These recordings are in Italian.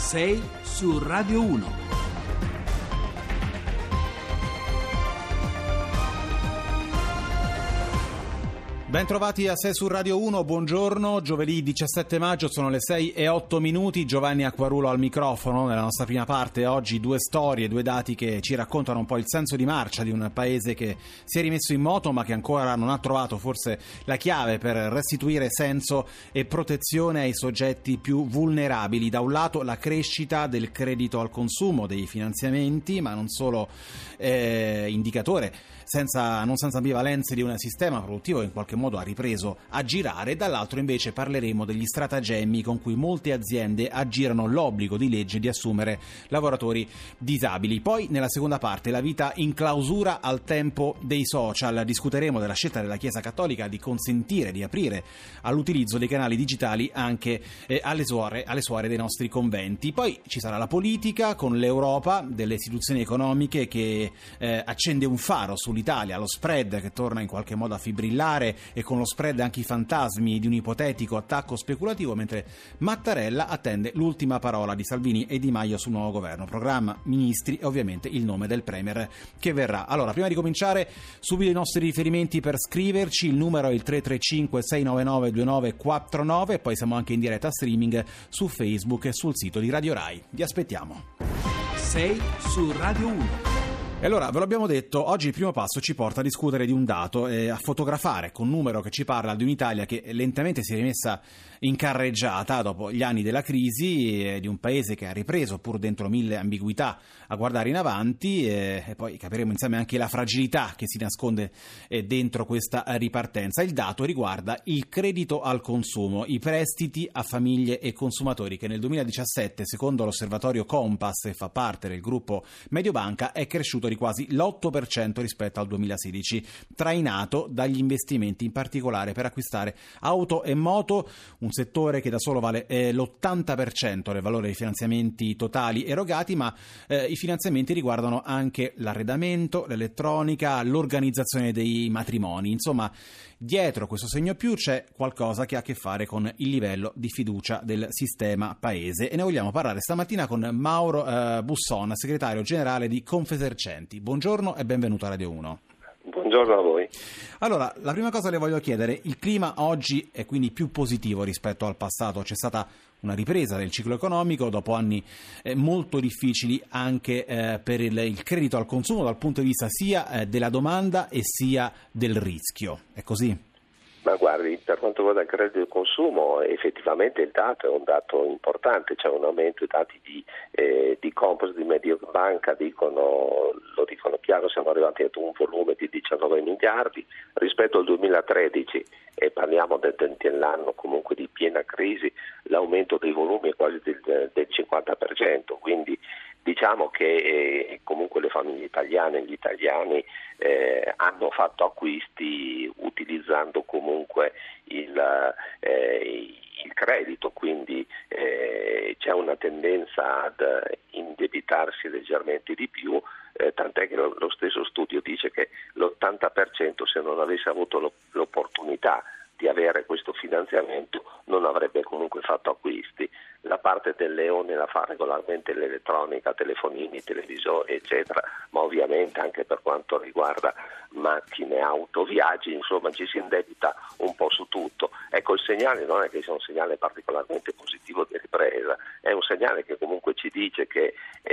6 su Radio 1. Bentrovati a 6 su Radio 1, buongiorno, giovedì 17 maggio, sono le 6:08, Giovanni Acquarulo al microfono. Nella nostra prima parte oggi due storie, due dati che ci raccontano un po' il senso di marcia di un paese che si è rimesso in moto ma che ancora non ha trovato forse la chiave per restituire senso e protezione ai soggetti più vulnerabili. Da un lato la crescita del credito al consumo, dei finanziamenti, ma non solo indicatore non senza ambivalenze di un sistema produttivo che in qualche modo ha ripreso a girare. Dall'altro invece parleremo degli stratagemmi con cui molte aziende aggirano l'obbligo di legge di assumere lavoratori disabili. Poi nella seconda parte la vita in clausura al tempo dei social. Discuteremo della scelta della Chiesa Cattolica di consentire, di aprire all'utilizzo dei canali digitali anche alle suore dei nostri conventi. Poi ci sarà la politica con l'Europa, delle istituzioni economiche che accende un faro sull'Italia, lo spread che torna in qualche modo a fibrillare e con lo spread anche i fantasmi di un ipotetico attacco speculativo, mentre Mattarella attende l'ultima parola di Salvini e Di Maio sul nuovo governo, programma, ministri e ovviamente il nome del premier che verrà. Allora, prima di cominciare subito i nostri riferimenti per scriverci, il numero è il 335 699 2949 e poi siamo anche in diretta streaming su Facebook e sul sito di Radio Rai. Vi aspettiamo. 6 su Radio 1. E allora, ve l'abbiamo detto, oggi il primo passo ci porta a discutere di un dato, a fotografare con un numero che ci parla di un'Italia che lentamente si è rimessa in carreggiata dopo gli anni della crisi, di un paese che ha ripreso, pur dentro mille ambiguità, a guardare in avanti, e poi capiremo insieme anche la fragilità che si nasconde dentro questa ripartenza. Il dato riguarda il credito al consumo, i prestiti a famiglie e consumatori, che nel 2017, secondo l'osservatorio Compass, e fa parte del gruppo Mediobanca, è cresciuto di quasi l'8% rispetto al 2016, trainato dagli investimenti, in particolare per acquistare auto e moto, un settore che da solo vale l'80% del valore dei finanziamenti totali erogati, ma i finanziamenti riguardano anche l'arredamento, l'elettronica, l'organizzazione dei matrimoni. Insomma, dietro questo segno più c'è qualcosa che ha a che fare con il livello di fiducia del sistema paese, e ne vogliamo parlare stamattina con Mauro Busson, segretario generale di Confesercenti. Buongiorno e benvenuto a Radio 1. Buongiorno a voi. Allora, la prima cosa le voglio chiedere, il clima oggi è quindi più positivo rispetto al passato? C'è stata una ripresa del ciclo economico dopo anni molto difficili anche per il credito al consumo dal punto di vista sia della domanda e sia del rischio, è così? Ma guardi, per quanto riguarda il credito al consumo, effettivamente il dato è un dato importante, c'è un aumento. I dati di Compass, di Mediobanca lo dicono chiaro, siamo arrivati ad un volume di 19 miliardi rispetto al 2013 e parliamo dell'anno comunque di piena crisi, l'aumento dei volumi è quasi del 50%, quindi diciamo che comunque le famiglie italiane e gli italiani hanno fatto acquisti utilizzando comunque il credito, quindi c'è una tendenza ad indebitarsi leggermente di più, tant'è che lo stesso studio dice che l'80% se non avesse avuto l'opportunità di avere questo finanziamento non avrebbe comunque fatto acquisti. La parte del leone la fa regolarmente l'elettronica, telefonini, televisori eccetera, ma ovviamente anche per quanto riguarda macchine, auto, viaggi, insomma ci si indebita un po' su tutto. Ecco, il segnale non è che sia un segnale particolarmente positivo di ripresa, è un segnale che comunque ci dice che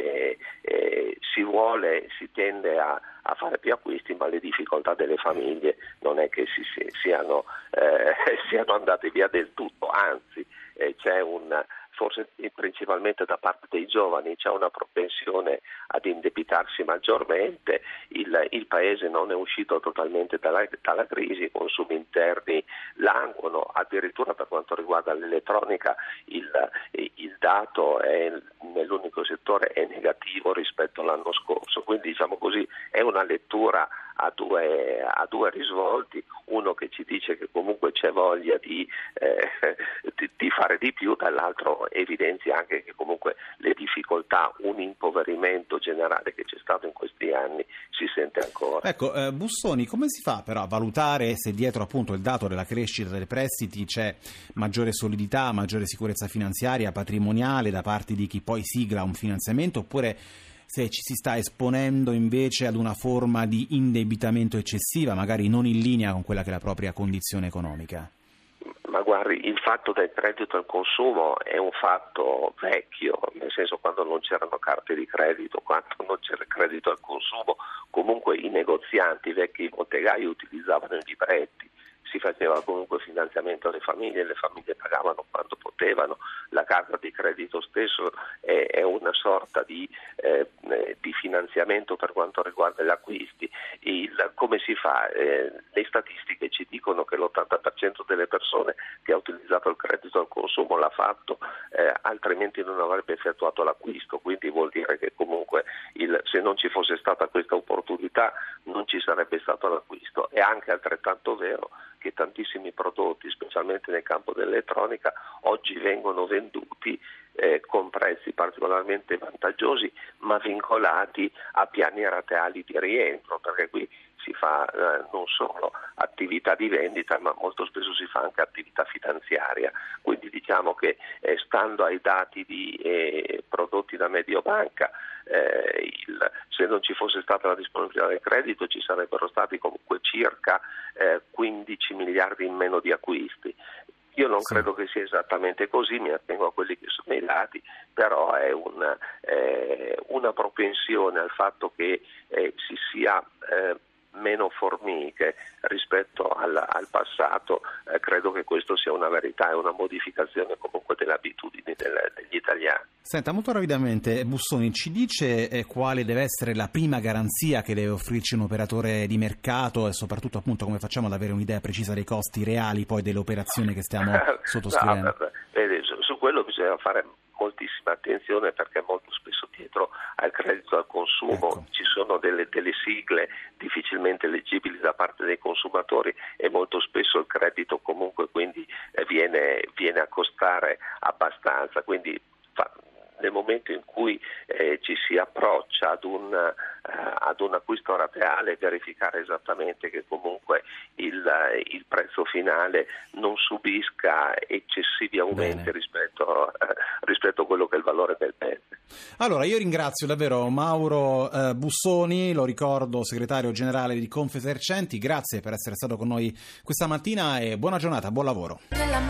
si tende a fare più acquisti, ma le difficoltà delle famiglie non è che siano andate via del tutto, anzi c'è forse principalmente da parte dei giovani c'è una propensione ad indebitarsi maggiormente, il paese non è uscito totalmente dalla crisi, i consumi interni languono, addirittura per quanto riguarda l'elettronica il dato nell'unico settore è negativo rispetto all'anno scorso, quindi diciamo così è una lettura ha due risvolti, uno che ci dice che comunque c'è voglia di fare di più, dall'altro evidenzia anche che comunque le difficoltà, un impoverimento generale che c'è stato in questi anni si sente ancora. Ecco, Bussoni, come si fa però a valutare se dietro appunto il dato della crescita dei prestiti c'è maggiore solidità, maggiore sicurezza finanziaria, patrimoniale da parte di chi poi sigla un finanziamento, oppure se ci si sta esponendo invece ad una forma di indebitamento eccessiva, magari non in linea con quella che è la propria condizione economica? Ma guardi, il fatto del credito al consumo è un fatto vecchio, nel senso, quando non c'erano carte di credito, quando non c'era il credito al consumo, comunque i negozianti, i vecchi bottegai utilizzavano i libretti, si faceva comunque finanziamento alle famiglie, le famiglie pagavano quando potevano, la carta di credito stesso è una sorta di finanziamento per quanto riguarda gli acquisti. Come si fa? Le statistiche ci dicono che l'80% delle persone che ha utilizzato il credito al consumo l'ha fatto, altrimenti non avrebbe effettuato l'acquisto, quindi vuol dire che comunque se non ci fosse stata questa opportunità non ci sarebbe stato l'acquisto. È anche altrettanto vero che tantissimi prodotti, specialmente nel campo dell'elettronica, oggi vengono venduti con prezzi particolarmente vantaggiosi, ma vincolati a piani rateali di rientro, perché qui si fa non solo attività di vendita, ma molto spesso si fa anche attività finanziaria. Quindi diciamo che stando ai dati di prodotti da Mediobanca, se non ci fosse stata la disponibilità del credito ci sarebbero stati comunque circa 15 miliardi in meno di acquisti. Io non credo che sia esattamente così, mi attengo a quelli che sono i dati, però è una propensione al fatto che si sia meno formiche rispetto al passato. Credo che questo sia una verità, è una modificazione comunque delle abitudini degli italiani. Senta, molto rapidamente, Bussoni, ci dice quale deve essere la prima garanzia che deve offrirci un operatore di mercato e soprattutto appunto come facciamo ad avere un'idea precisa dei costi reali poi dell'operazione che stiamo sottoscrivendo? Vede, su quello bisogna fare moltissima attenzione, perché molto spesso dietro al credito al consumo ci sono delle sigle difficilmente leggibili da parte dei consumatori e molto spesso il credito comunque quindi viene a costare abbastanza, quindi nel momento in cui ci si approccia ad un acquisto rateale, verificare esattamente che comunque il prezzo finale non subisca eccessivi aumenti rispetto a quello che è il valore del bene. Allora, io ringrazio davvero Mauro Bussoni, lo ricordo segretario generale di Confesercenti, grazie per essere stato con noi questa mattina e buona giornata, buon lavoro.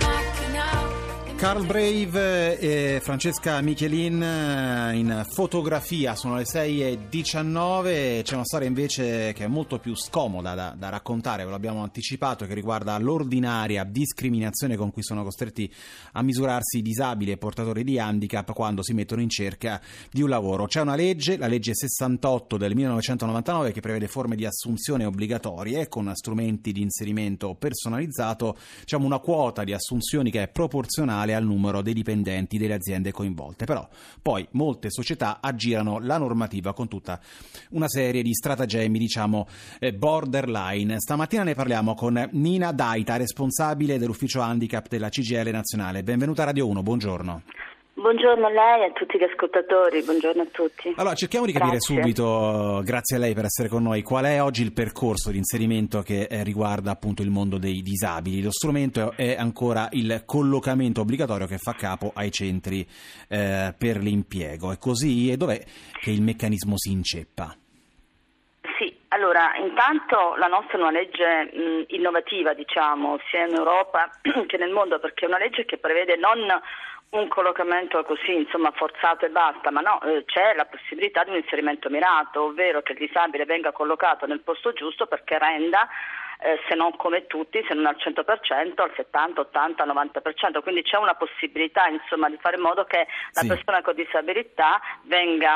Carl Brave e Francesca Michelin in fotografia, sono le 6:19, c'è una storia invece che è molto più scomoda da raccontare, ve l'abbiamo anticipato, che riguarda l'ordinaria discriminazione con cui sono costretti a misurarsi i disabili e portatori di handicap quando si mettono in cerca di un lavoro. C'è una legge, la legge 68 del 1999, che prevede forme di assunzione obbligatorie con strumenti di inserimento personalizzato, diciamo una quota di assunzioni che è proporzionale al numero dei dipendenti delle aziende coinvolte. Però poi molte società aggirano la normativa con tutta una serie di stratagemmi, diciamo borderline. Stamattina ne parliamo con Nina Daita, responsabile dell'ufficio handicap della CGIL nazionale. Benvenuta a Radio 1, buongiorno. Buongiorno a lei e a tutti gli ascoltatori, buongiorno a tutti. Allora, cerchiamo di capire subito, grazie a lei per essere con noi, qual è oggi il percorso di inserimento che riguarda appunto il mondo dei disabili. Lo strumento è ancora il collocamento obbligatorio che fa capo ai centri per l'impiego. È così? E dov'è che il meccanismo si inceppa? Sì, allora, intanto la nostra è una legge innovativa, diciamo, sia in Europa che nel mondo, perché è una legge che prevede non un collocamento così, insomma, forzato e basta, ma no, c'è la possibilità di un inserimento mirato, ovvero che il disabile venga collocato nel posto giusto perché renda, se non come tutti, se non al 100%, al 70, 80, 90%, quindi c'è una possibilità, insomma, di fare in modo che la persona con disabilità venga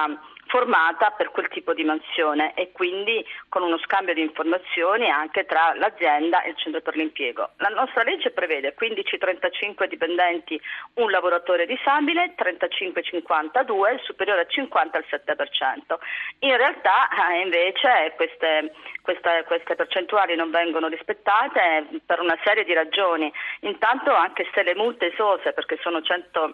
formata per quel tipo di mansione e quindi con uno scambio di informazioni anche tra l'azienda e il centro per l'impiego. La nostra legge prevede 15-35 dipendenti, un lavoratore disabile, 35-52, superiore a 50 al 7%. In realtà invece queste percentuali non vengono rispettate per una serie di ragioni. Intanto, anche se le multe esose, perché sono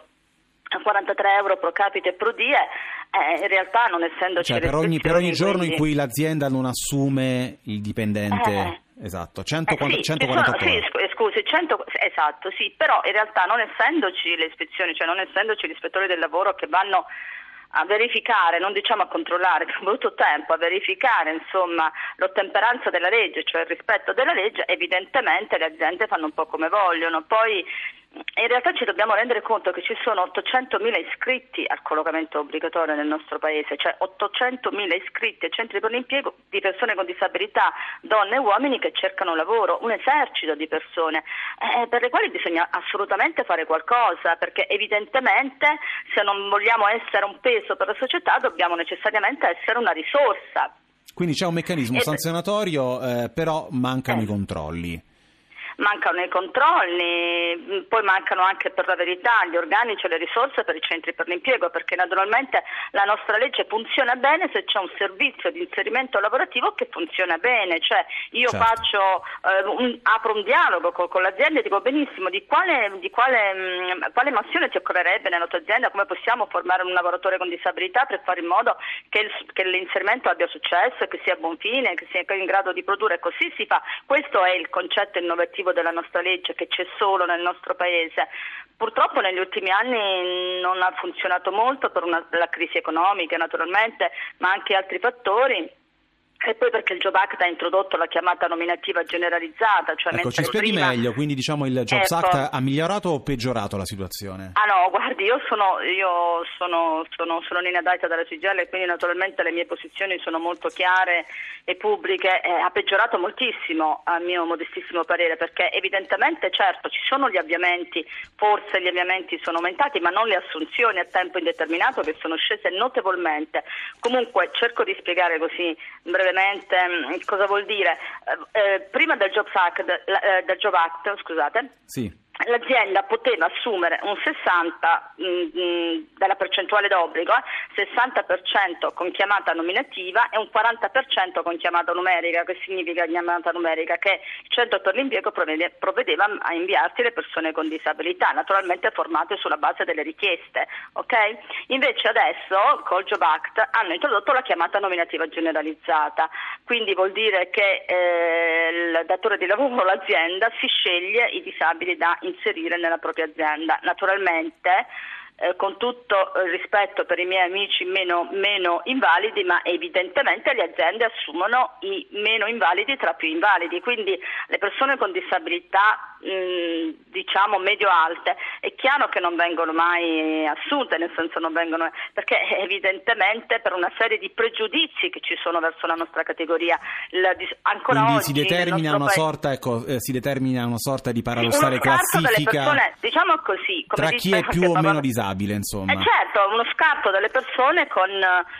143 euro pro capite pro die, in realtà non essendoci per ogni giorno in cui l'azienda non assume il dipendente, esatto, 148 ore. Scusi, 100, esatto, sì, però in realtà non essendoci le ispezioni, cioè non essendoci gli ispettori del lavoro che vanno a verificare, non diciamo a controllare, che è brutto tempo, a verificare insomma l'ottemperanza della legge, cioè il rispetto della legge, evidentemente le aziende fanno un po' come vogliono. Poi in realtà ci dobbiamo rendere conto che ci sono 800.000 iscritti al collocamento obbligatorio nel nostro paese, cioè 800.000 iscritti ai centri per l'impiego di persone con disabilità, donne e uomini che cercano lavoro, un esercito di persone per le quali bisogna assolutamente fare qualcosa, perché evidentemente se non vogliamo essere un peso per la società dobbiamo necessariamente essere una risorsa. Quindi c'è un meccanismo sanzionatorio, però mancano i controlli. Mancano i controlli, poi mancano anche, per la verità, gli organici e le risorse per i centri per l'impiego, perché naturalmente la nostra legge funziona bene se c'è un servizio di inserimento lavorativo che funziona bene, cioè io faccio apro un dialogo con l'azienda e dico benissimo di quale mansione ti occorrerebbe nella tua azienda, come possiamo formare un lavoratore con disabilità per fare in modo che l'inserimento abbia successo e che sia a buon fine, che sia in grado di produrre, e così si fa. Questo è il concetto innovativo della nostra legge, che c'è solo nel nostro paese. Purtroppo negli ultimi anni non ha funzionato molto per la crisi economica naturalmente, ma anche altri fattori. E poi perché il Job Act ha introdotto la chiamata nominativa generalizzata, cioè ci spieghi meglio, quindi diciamo il Jobs Act ha migliorato o peggiorato la situazione? No, guardi, io sono linea d'Aita dalla CGIL e quindi naturalmente le mie posizioni sono molto chiare e pubbliche. Ha peggiorato moltissimo a mio modestissimo parere, perché evidentemente certo ci sono gli avviamenti, forse gli avviamenti sono aumentati, ma non le assunzioni a tempo indeterminato, che sono scese notevolmente. Comunque cerco di spiegare così brevemente cosa vuol dire. Prima del Jobs Act, sì, l'azienda poteva assumere un 60 della percentuale d'obbligo, 60% con chiamata nominativa e un 40% con chiamata numerica. Che significa chiamata numerica? Che il centro per l'impiego provvedeva a inviarti le persone con disabilità, naturalmente formate sulla base delle richieste, ok? Invece adesso col Job Act hanno introdotto la chiamata nominativa generalizzata, quindi vuol dire che il datore di lavoro, l'azienda, si sceglie i disabili da inserire nella propria azienda. Naturalmente con tutto il rispetto per i miei amici meno invalidi, ma evidentemente le aziende assumono i meno invalidi tra più invalidi, quindi le persone con disabilità diciamo medio-alte è chiaro che non vengono mai assunte, nel senso non vengono, perché evidentemente per una serie di pregiudizi che ci sono verso la nostra categoria ancora quindi oggi si determina una sorta di paradossale classifica persone, diciamo così, come tra chi è più o meno disabile, insomma. Certo, uno scarto delle persone con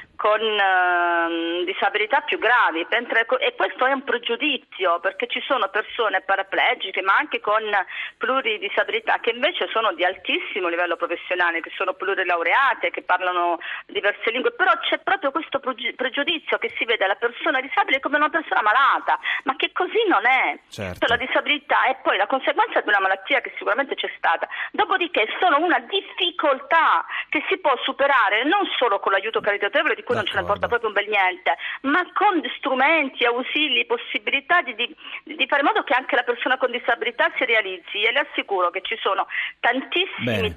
disabilità più gravi, e questo è un pregiudizio, perché ci sono persone paraplegiche ma anche con pluridisabilità che invece sono di altissimo livello professionale, che sono plurilaureate, che parlano diverse lingue, però c'è proprio questo pregiudizio che si vede la persona disabile come una persona malata, ma che così non è. Certo. La disabilità è poi la conseguenza di una malattia che sicuramente c'è stata, dopodiché è solo una difficoltà che si può superare non solo con l'aiuto caritatevole, di cui non ce ne porta proprio un bel niente, ma con strumenti, ausili, possibilità di fare in modo che anche la persona con disabilità si realizzi. E le assicuro che ci sono tantissimi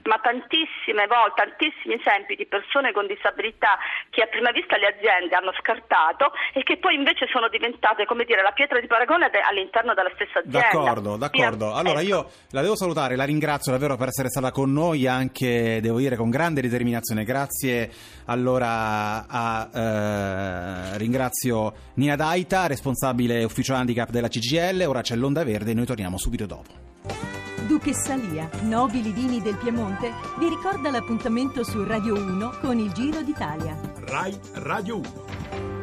esempi di persone con disabilità che a prima vista le aziende hanno scartato e che poi invece sono diventate, come dire, la pietra di paragone all'interno della stessa azienda. D'accordo. Allora io la devo salutare, la ringrazio davvero per essere stata con noi, anche devo dire con grande determinazione. Grazie allora ringrazio Nina D'Aita, responsabile ufficio handicap della CGIL. Ora c'è l'Onda Verde e noi torniamo subito dopo. Duchessa Lia, nobili vini del Piemonte, vi ricorda l'appuntamento su Radio 1 con il Giro d'Italia. Rai Radio 1.